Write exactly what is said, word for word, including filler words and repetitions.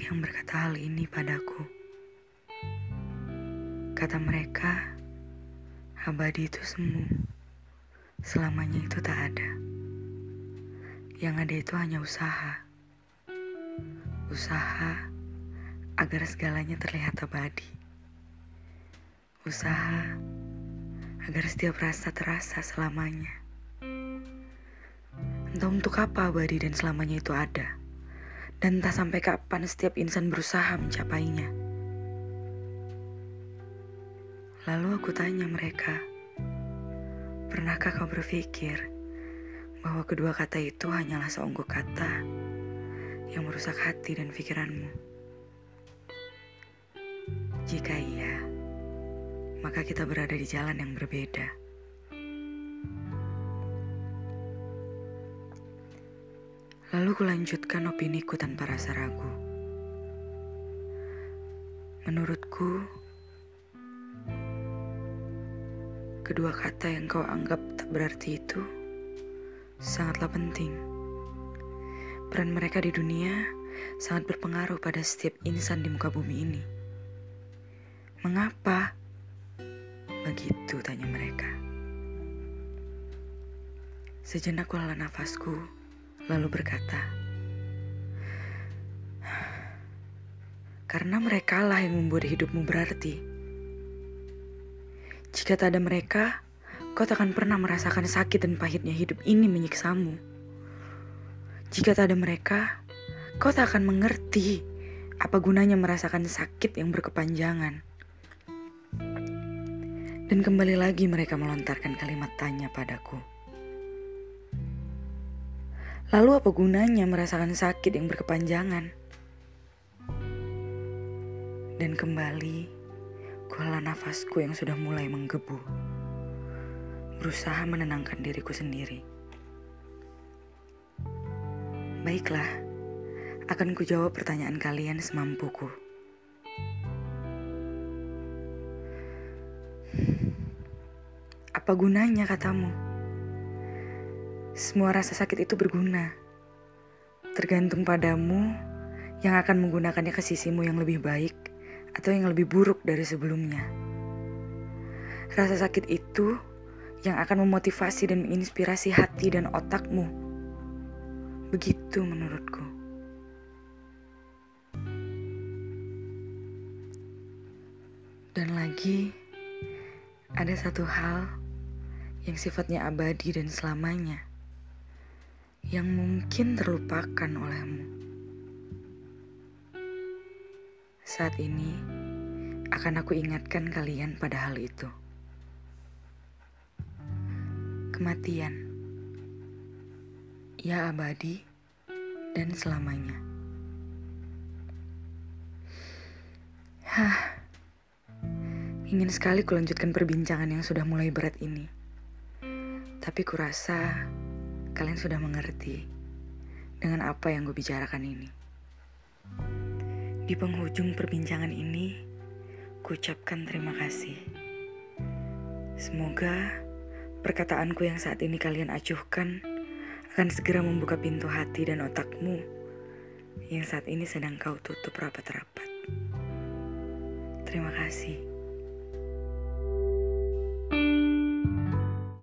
yang berkata hal ini padaku. Kata mereka, abadi itu semu, selamanya itu tak ada. Yang ada itu hanya usaha. Usaha agar segalanya terlihat abadi. Usaha agar setiap rasa terasa selamanya. Entah untuk apa abadi dan selamanya itu ada. Dan entah sampai kapan setiap insan berusaha mencapainya. Lalu aku tanya mereka, pernahkah kau berpikir bahwa kedua kata itu hanyalah seonggok kata yang merusak hati dan pikiranmu? Jika iya, maka kita berada di jalan yang berbeda. Lalu kulanjutkan opiniku tanpa rasa ragu. Menurutku, kedua kata yang kau anggap tak berarti itu sangatlah penting. Peran mereka di dunia sangat berpengaruh pada setiap insan di muka bumi ini. Mengapa? Begitu tanya mereka. Sejenak kuhela nafasku, lalu berkata, karena merekalah yang membuat hidupmu berarti. Jika tak ada mereka, kau tak akan pernah merasakan sakit dan pahitnya hidup ini menyiksamu. Jika tak ada mereka, kau tak akan mengerti apa gunanya merasakan sakit yang berkepanjangan. Dan kembali lagi mereka melontarkan kalimat tanya padaku. Lalu apa gunanya merasakan sakit yang berkepanjangan? Dan kembali, kuhela nafasku yang sudah mulai menggebu. Berusaha menenangkan diriku sendiri. Baiklah, akan kujawab pertanyaan kalian semampuku. Apa gunanya katamu? Semua rasa sakit itu berguna. Tergantung padamu yang akan menggunakannya ke sisimu yang lebih baik atau yang lebih buruk dari sebelumnya. Rasa sakit itu yang akan memotivasi dan menginspirasi hati dan otakmu. Begitu menurutku. Dan lagi, ada satu hal yang sifatnya abadi dan selamanya, yang mungkin terlupakan olehmu. Saat ini, akan aku ingatkan kalian pada hal itu. Kematian, ia abadi dan selamanya. Hah, ingin sekali kulanjutkan perbincangan yang sudah mulai berat ini. Tapi kurasa kalian sudah mengerti dengan apa yang gue bicarakan ini. Di penghujung perbincangan ini, ku ucapkan terima kasih. Semoga perkataanku yang saat ini kalian acuhkan akan segera membuka pintu hati dan otakmu yang saat ini sedang kau tutup rapat-rapat. Terima kasih.